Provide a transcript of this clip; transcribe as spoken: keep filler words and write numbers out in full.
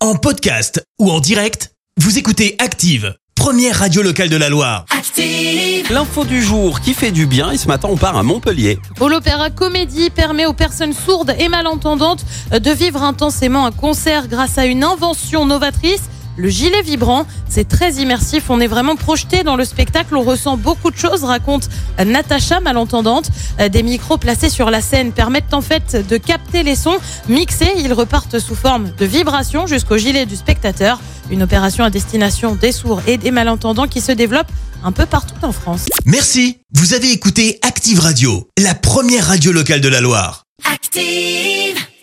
En podcast ou en direct, vous écoutez Active, première radio locale de la Loire. Active. L'info du jour qui fait du bien et ce matin on part à Montpellier. Où l'Opéra Comédie permet aux personnes sourdes et malentendantes de vivre intensément un concert grâce à une invention novatrice. Le gilet vibrant, c'est très immersif, on est vraiment projeté dans le spectacle, on ressent beaucoup de choses, raconte Natacha, malentendante. Des micros placés sur la scène permettent en fait de capter les sons mixés, ils repartent sous forme de vibration jusqu'au gilet du spectateur. Une opération à destination des sourds et des malentendants qui se développe un peu partout en France. Merci, vous avez écouté Active Radio, la première radio locale de la Loire. Active.